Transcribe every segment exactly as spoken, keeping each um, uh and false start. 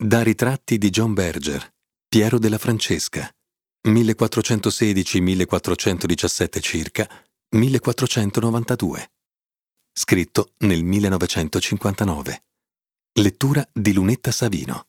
Da ritratti di John Berger, Piero della Francesca, millequattrocentosedici millequattrocentodiciassette circa, millequattrocentonovantadue. Scritto nel millenovecentocinquantanove. Lettura di Lunetta Savino.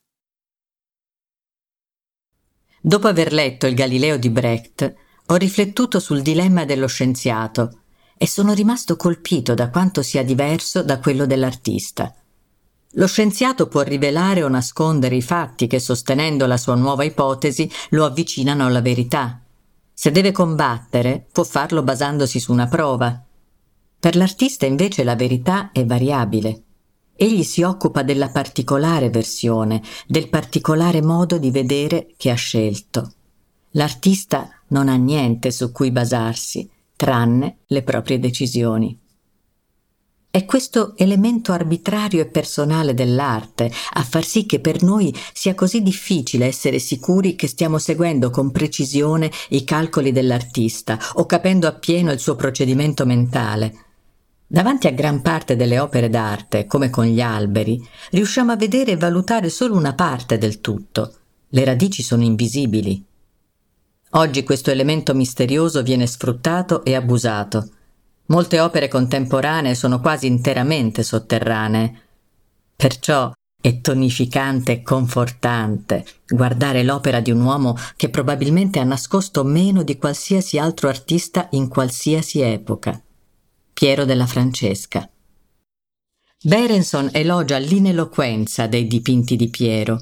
Dopo aver letto il Galileo di Brecht, ho riflettuto sul dilemma dello scienziato e sono rimasto colpito da quanto sia diverso da quello dell'artista. Lo scienziato può rivelare o nascondere i fatti che, sostenendo la sua nuova ipotesi, lo avvicinano alla verità. Se deve combattere, può farlo basandosi su una prova. Per l'artista, invece, la verità è variabile. Egli si occupa della particolare versione, del particolare modo di vedere che ha scelto. L'artista non ha niente su cui basarsi, tranne le proprie decisioni. È questo elemento arbitrario e personale dell'arte a far sì che per noi sia così difficile essere sicuri che stiamo seguendo con precisione i calcoli dell'artista o capendo appieno il suo procedimento mentale. Davanti a gran parte delle opere d'arte, come con gli alberi, riusciamo a vedere e valutare solo una parte del tutto. Le radici sono invisibili. Oggi questo elemento misterioso viene sfruttato e abusato. Molte opere contemporanee sono quasi interamente sotterranee. Perciò è tonificante e confortante guardare l'opera di un uomo che probabilmente ha nascosto meno di qualsiasi altro artista in qualsiasi epoca. Piero della Francesca. Berenson elogia l'ineloquenza dei dipinti di Piero.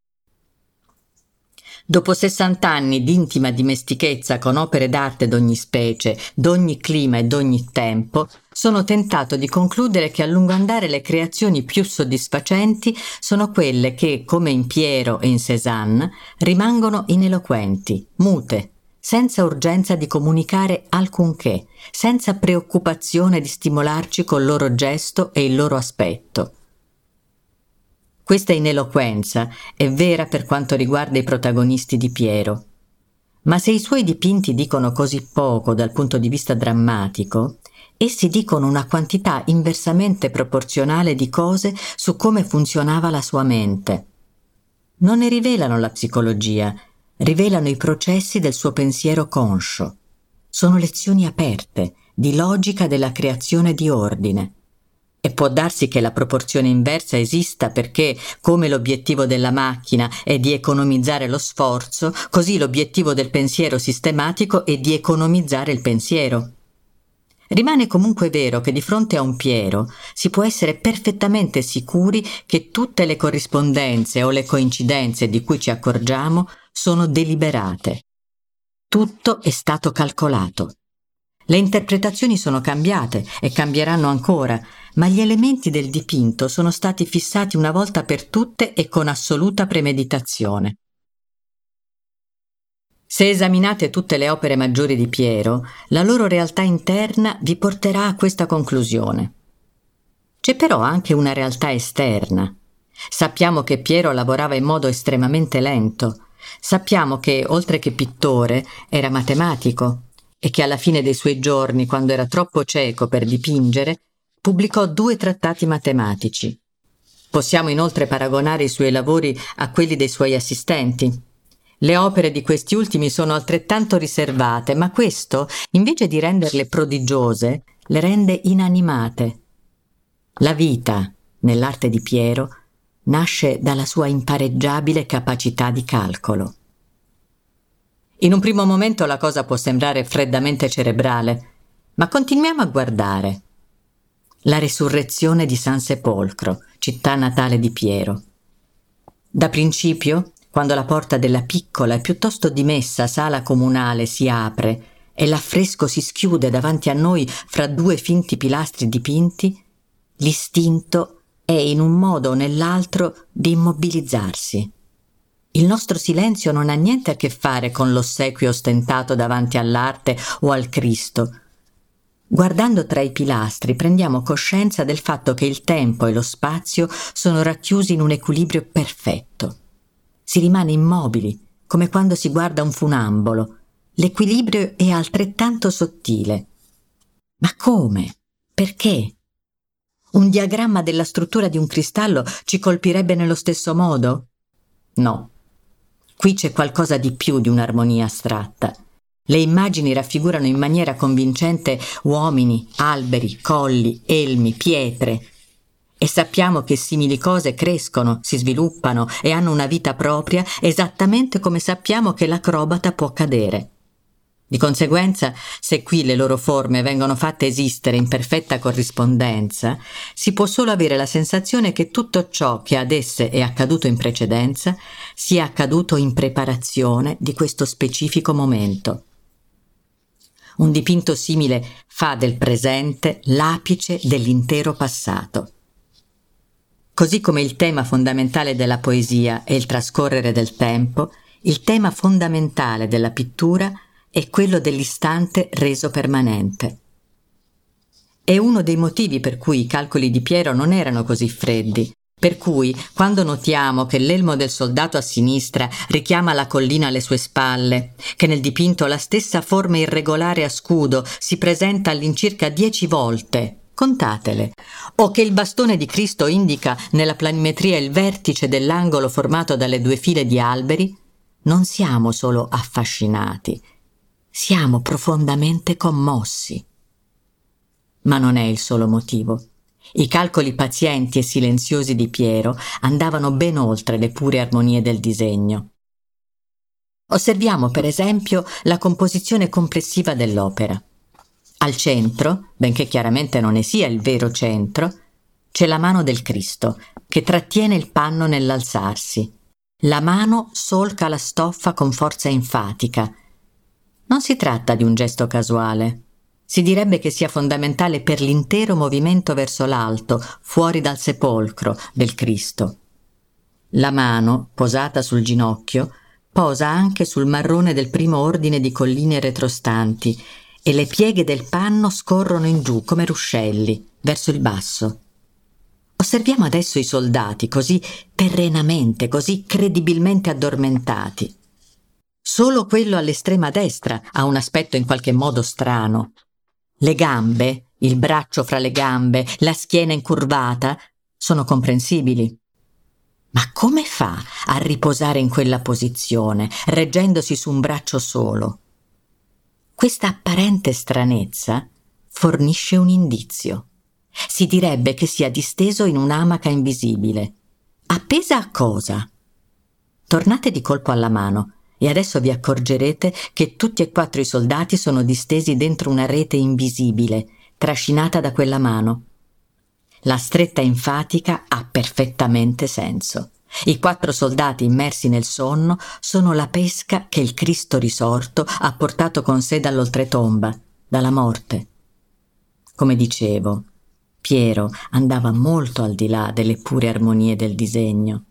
Dopo sessant'anni di intima dimestichezza con opere d'arte d'ogni specie, d'ogni clima e d'ogni tempo, sono tentato di concludere che a lungo andare le creazioni più soddisfacenti sono quelle che, come in Piero e in Cézanne, rimangono ineloquenti, mute, senza urgenza di comunicare alcunché, senza preoccupazione di stimolarci col loro gesto e il loro aspetto. Questa ineloquenza è vera per quanto riguarda i protagonisti di Piero. Ma se i suoi dipinti dicono così poco dal punto di vista drammatico, essi dicono una quantità inversamente proporzionale di cose su come funzionava la sua mente. Non ne rivelano la psicologia, rivelano i processi del suo pensiero conscio. Sono lezioni aperte, di logica della creazione di ordine. E può darsi che la proporzione inversa esista perché, come l'obiettivo della macchina è di economizzare lo sforzo, così l'obiettivo del pensiero sistematico è di economizzare il pensiero. Rimane comunque vero che di fronte a un Piero si può essere perfettamente sicuri che tutte le corrispondenze o le coincidenze di cui ci accorgiamo sono deliberate. Tutto è stato calcolato. Le interpretazioni sono cambiate e cambieranno ancora, ma gli elementi del dipinto sono stati fissati una volta per tutte e con assoluta premeditazione. Se esaminate tutte le opere maggiori di Piero, la loro realtà interna vi porterà a questa conclusione. C'è però anche una realtà esterna. Sappiamo che Piero lavorava in modo estremamente lento. Sappiamo che, oltre che pittore, era matematico e che alla fine dei suoi giorni, quando era troppo cieco per dipingere, pubblicò due trattati matematici. Possiamo inoltre paragonare i suoi lavori a quelli dei suoi assistenti. Le opere di questi ultimi sono altrettanto riservate, ma questo, invece di renderle prodigiose, le rende inanimate. La vita, nell'arte di Piero, nasce dalla sua impareggiabile capacità di calcolo. In un primo momento la cosa può sembrare freddamente cerebrale, ma continuiamo a guardare. La risurrezione di San Sepolcro, città natale di Piero. Da principio, quando la porta della piccola e piuttosto dimessa sala comunale si apre e l'affresco si schiude davanti a noi fra due finti pilastri dipinti, l'istinto è in un modo o nell'altro di immobilizzarsi. Il nostro silenzio non ha niente a che fare con l'ossequio ostentato davanti all'arte o al Cristo. Guardando tra i pilastri prendiamo coscienza del fatto che il tempo e lo spazio sono racchiusi in un equilibrio perfetto. Si rimane immobili, come quando si guarda un funambolo. L'equilibrio è altrettanto sottile. Ma come? Perché? Un diagramma della struttura di un cristallo ci colpirebbe nello stesso modo? No. Qui c'è qualcosa di più di un'armonia astratta. Le immagini raffigurano in maniera convincente uomini, alberi, colli, elmi, pietre. E sappiamo che simili cose crescono, si sviluppano e hanno una vita propria, esattamente come sappiamo che l'acrobata può cadere. Di conseguenza, se qui le loro forme vengono fatte esistere in perfetta corrispondenza, si può solo avere la sensazione che tutto ciò che ad esse è accaduto in precedenza sia accaduto in preparazione di questo specifico momento. Un dipinto simile fa del presente l'apice dell'intero passato. Così come il tema fondamentale della poesia è il trascorrere del tempo, il tema fondamentale della pittura è quello dell'istante reso permanente. È uno dei motivi per cui i calcoli di Piero non erano così freddi, per cui, quando notiamo che l'elmo del soldato a sinistra richiama la collina alle sue spalle, che nel dipinto la stessa forma irregolare a scudo si presenta all'incirca dieci volte, contatele, o che il bastone di Cristo indica nella planimetria il vertice dell'angolo formato dalle due file di alberi, non siamo solo affascinati, siamo profondamente commossi. Ma non è il solo motivo. I calcoli pazienti e silenziosi di Piero andavano ben oltre le pure armonie del disegno. Osserviamo, per esempio, la composizione complessiva dell'opera. Al centro, benché chiaramente non ne sia il vero centro, c'è la mano del Cristo, che trattiene il panno nell'alzarsi. La mano solca la stoffa con forza enfatica. Non si tratta di un gesto casuale. Si direbbe che sia fondamentale per l'intero movimento verso l'alto, fuori dal sepolcro del Cristo. La mano, posata sul ginocchio, posa anche sul marrone del primo ordine di colline retrostanti e le pieghe del panno scorrono in giù come ruscelli, verso il basso. Osserviamo adesso i soldati, così terrenamente, così credibilmente addormentati. Solo quello all'estrema destra ha un aspetto in qualche modo strano. Le gambe, il braccio fra le gambe, la schiena incurvata, sono comprensibili. Ma come fa a riposare in quella posizione, reggendosi su un braccio solo? Questa apparente stranezza fornisce un indizio. Si direbbe che sia disteso in un'amaca invisibile. Appesa a cosa? Tornate di colpo alla mano. E adesso vi accorgerete che tutti e quattro i soldati sono distesi dentro una rete invisibile, trascinata da quella mano. La stretta enfatica ha perfettamente senso. I quattro soldati immersi nel sonno sono la pesca che il Cristo risorto ha portato con sé dall'oltretomba, dalla morte. Come dicevo, Piero andava molto al di là delle pure armonie del disegno.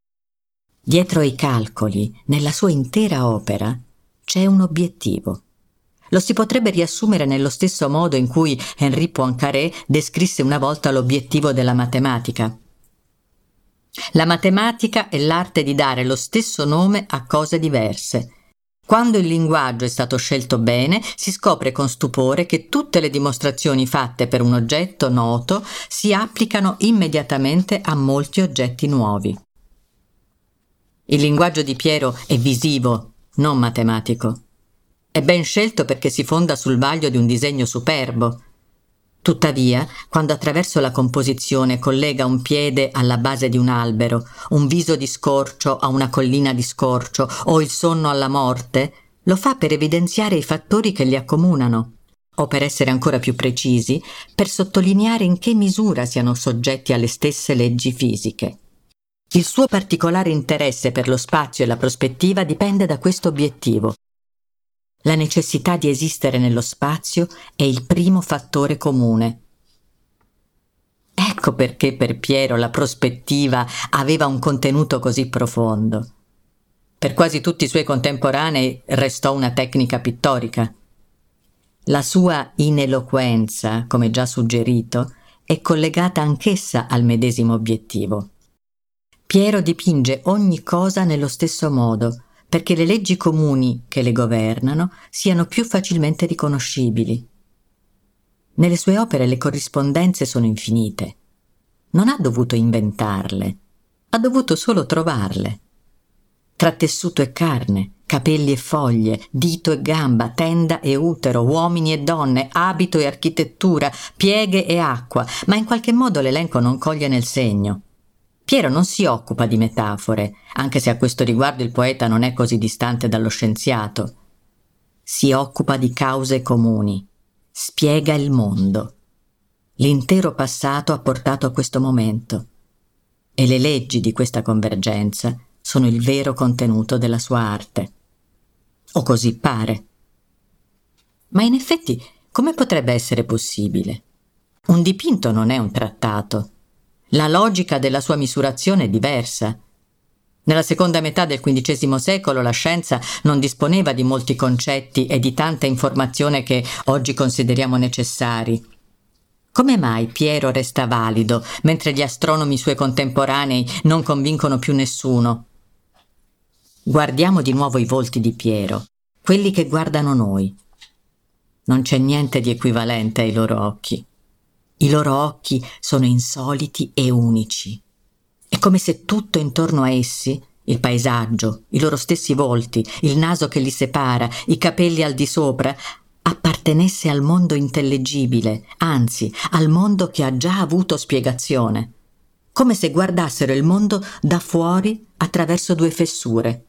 Dietro ai calcoli, nella sua intera opera, c'è un obiettivo. Lo si potrebbe riassumere nello stesso modo in cui Henri Poincaré descrisse una volta l'obiettivo della matematica. La matematica è l'arte di dare lo stesso nome a cose diverse. Quando il linguaggio è stato scelto bene, si scopre con stupore che tutte le dimostrazioni fatte per un oggetto noto si applicano immediatamente a molti oggetti nuovi. Il linguaggio di Piero è visivo, non matematico. È ben scelto perché si fonda sul vaglio di un disegno superbo. Tuttavia, quando attraverso la composizione collega un piede alla base di un albero, un viso di scorcio a una collina di scorcio o il sonno alla morte, lo fa per evidenziare i fattori che li accomunano, o per essere ancora più precisi, per sottolineare in che misura siano soggetti alle stesse leggi fisiche. Il suo particolare interesse per lo spazio e la prospettiva dipende da questo obiettivo. La necessità di esistere nello spazio è il primo fattore comune. Ecco perché per Piero la prospettiva aveva un contenuto così profondo. Per quasi tutti i suoi contemporanei restò una tecnica pittorica. La sua ineloquenza, come già suggerito, è collegata anch'essa al medesimo obiettivo. Piero dipinge ogni cosa nello stesso modo, perché le leggi comuni che le governano siano più facilmente riconoscibili. Nelle sue opere le corrispondenze sono infinite. Non ha dovuto inventarle, ha dovuto solo trovarle. tra tessuto e carne, capelli e foglie, dito e gamba, tenda e utero, uomini e donne, abito e architettura, pieghe e acqua, ma in qualche modo l'elenco non coglie nel segno. Piero non si occupa di metafore, anche se a questo riguardo il poeta non è così distante dallo scienziato. Si occupa di cause comuni, spiega il mondo. L'intero passato ha portato a questo momento e le leggi di questa convergenza sono il vero contenuto della sua arte. O così pare. Ma in effetti, come potrebbe essere possibile? Un dipinto non è un trattato. La logica della sua misurazione è diversa. Nella seconda metà del quindicesimo secolo la scienza non disponeva di molti concetti e di tanta informazione che oggi consideriamo necessari. Come mai Piero resta valido, mentre gli astronomi suoi contemporanei non convincono più nessuno? Guardiamo di nuovo i volti di Piero, quelli che guardano noi. Non c'è niente di equivalente ai loro occhi. I loro occhi sono insoliti e unici. È come se tutto intorno a essi, il paesaggio, i loro stessi volti, il naso che li separa, i capelli al di sopra, appartenesse al mondo intellegibile, anzi, al mondo che ha già avuto spiegazione. Come se guardassero il mondo da fuori attraverso due fessure.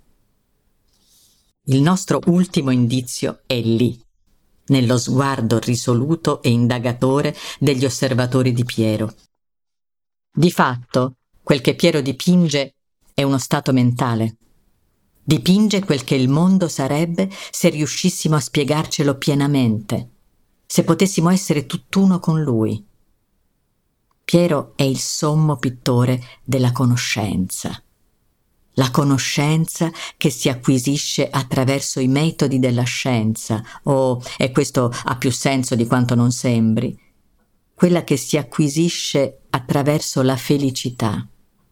Il nostro ultimo indizio è lì, nello sguardo risoluto e indagatore degli osservatori di Piero. Di fatto, quel che Piero dipinge è uno stato mentale. Dipinge quel che il mondo sarebbe se riuscissimo a spiegarcelo pienamente, se potessimo essere tutt'uno con lui. Piero è il sommo pittore della conoscenza. La conoscenza che si acquisisce attraverso i metodi della scienza, o, e questo ha più senso di quanto non sembri, quella che si acquisisce attraverso la felicità.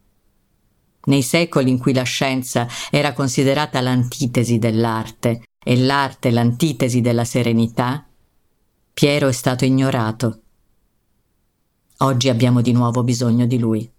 Nei secoli in cui la scienza era considerata l'antitesi dell'arte e l'arte l'antitesi della serenità, Piero è stato ignorato. Oggi abbiamo di nuovo bisogno di lui.